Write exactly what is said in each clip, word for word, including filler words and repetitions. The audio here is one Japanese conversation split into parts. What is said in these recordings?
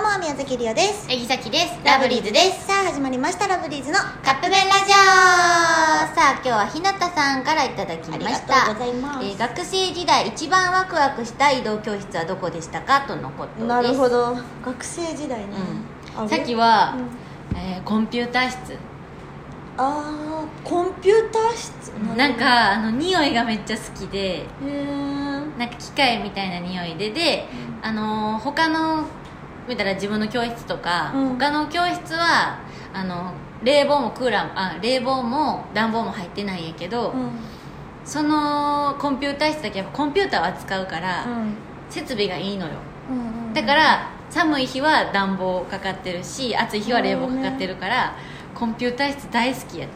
も宮崎りおです。 えぎさきです。 ラブリーズです。さあ始まりましたラブリーズのカップ麺ラジオ。さあ今日はひなたさんからいただきました。 ありがとうございます。 えー、学生時代一番ワクワクした移動教室はどこでしたかとのことです。 なるほど、学生時代ね、 うん、さっきは、 うんえー、コンピューター室。 あーコンピューター室、 なんかあの匂いがめっちゃ好きで、 へーなんか機械みたいな匂いでで、うん、あのー、他の見たら自分の教室とか、うん、他の教室はあの冷房もクーラーもあ冷房も暖房も入ってないんやけど、うん、そのコンピューター室だけやっぱコンピューターを扱うから、うん、設備がいいのよ、うんうんうん、だから寒い日は暖房かかってるし暑い日は冷房かかってるから、ね、コンピューター室大好きやって。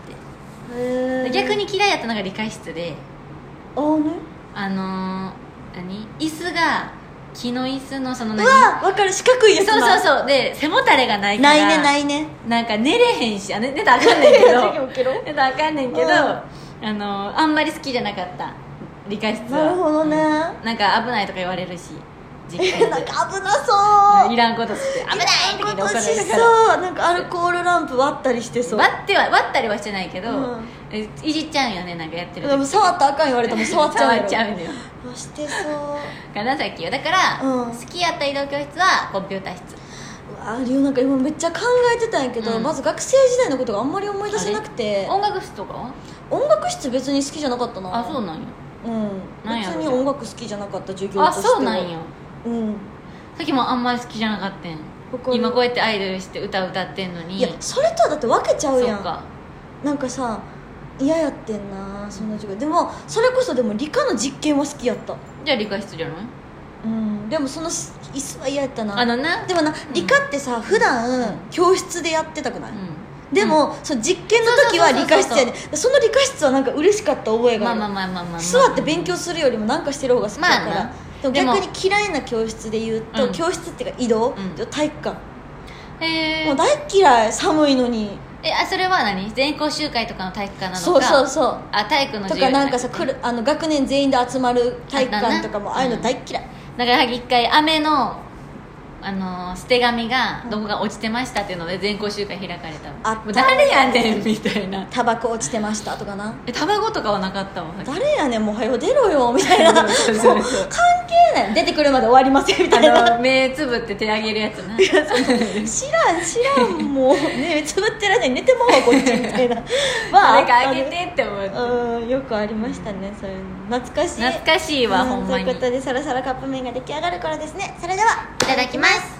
へ逆に嫌いやったのが理科室で、 あー、ね、 あのー、何椅子が木の椅子のその何うわ分かる四角いやつな。 そうそうそうで背もたれがないからないねないねなんか寝れへんしあ寝たらあかんねんけど寝たらあかんねんけど、うん、 あのあんまり好きじゃなかった理科室は。 なるほどね、うん、 なんか危ないとか言われるし実家なんか危なそう、 いらんことして危ないってことしそうなんかアルコールランプ割ったりしてそう。 割っては割ったりはしてないけど、うん、いじっちゃうんよねなんかやってる時。でも触ったらあかん言われても触っちゃう触っちゃうんだよしてそうかなさっきはだから、うん、好きやった移動教室はコンピューター室。 うわリオなんか今めっちゃ考えてたんやけど、うん、まず学生時代のことがあんまり思い出せなくて。 音楽室とかは音楽室別に好きじゃなかったな。 あそうなんや。 うん別に音楽好きじゃなかった授業としては。 あそうなんや。 うんさっきもあんまり好きじゃなかったん。今こうやってアイドルして歌歌ってんのに。 いやそれとはだって分けちゃうやん。 そうかなんかさ嫌やってんなそんな授業。でもそれこそでも理科の実験は好きやった。 じゃあ理科室じゃない。 うんでもその椅子は嫌やったな。 あのなでもな理科ってさ、うん、普段教室でやってたくない、うん、でも、うん、その実験の時は理科室やね。その理科室はなんか嬉しかった覚えがある。 まあまあまあまあまあ、まあ、 座って勉強するよりもなんかしてる方が好きだから、まあでも逆に嫌いな教室で言うと、うん、教室っていうか移動、うん、体育館。へえもう大嫌い寒いのに。 えあそれは何全校集会とかの体育館なのか。 そうそうそうあ体育の授業とかなんかさくるあの学年全員で集まる体育館とかもああいうの大嫌い、 うん、だから一回雨のあの捨て紙がどこが落ちてましたっていうので全校集会開かれた。 あもう誰やねんみたいな。 タバコ落ちてましたとかな。 えタバコとかはなかったわ。 誰やねんもう早よ出ろよみたいな関係ない出てくるまで終わりませんみたいな。 あの目つぶって手上げるやつな。いやそ知らん知らんもう目つぶってられない寝てまうわこっちみたいなまあ誰かあげてって思って。 うんよくありましたね、うん、そういうの懐かしい懐かしいわ、うん、ほんまに。 ということでそろそろカップ麺が出来上がる頃ですね。それではいただきます。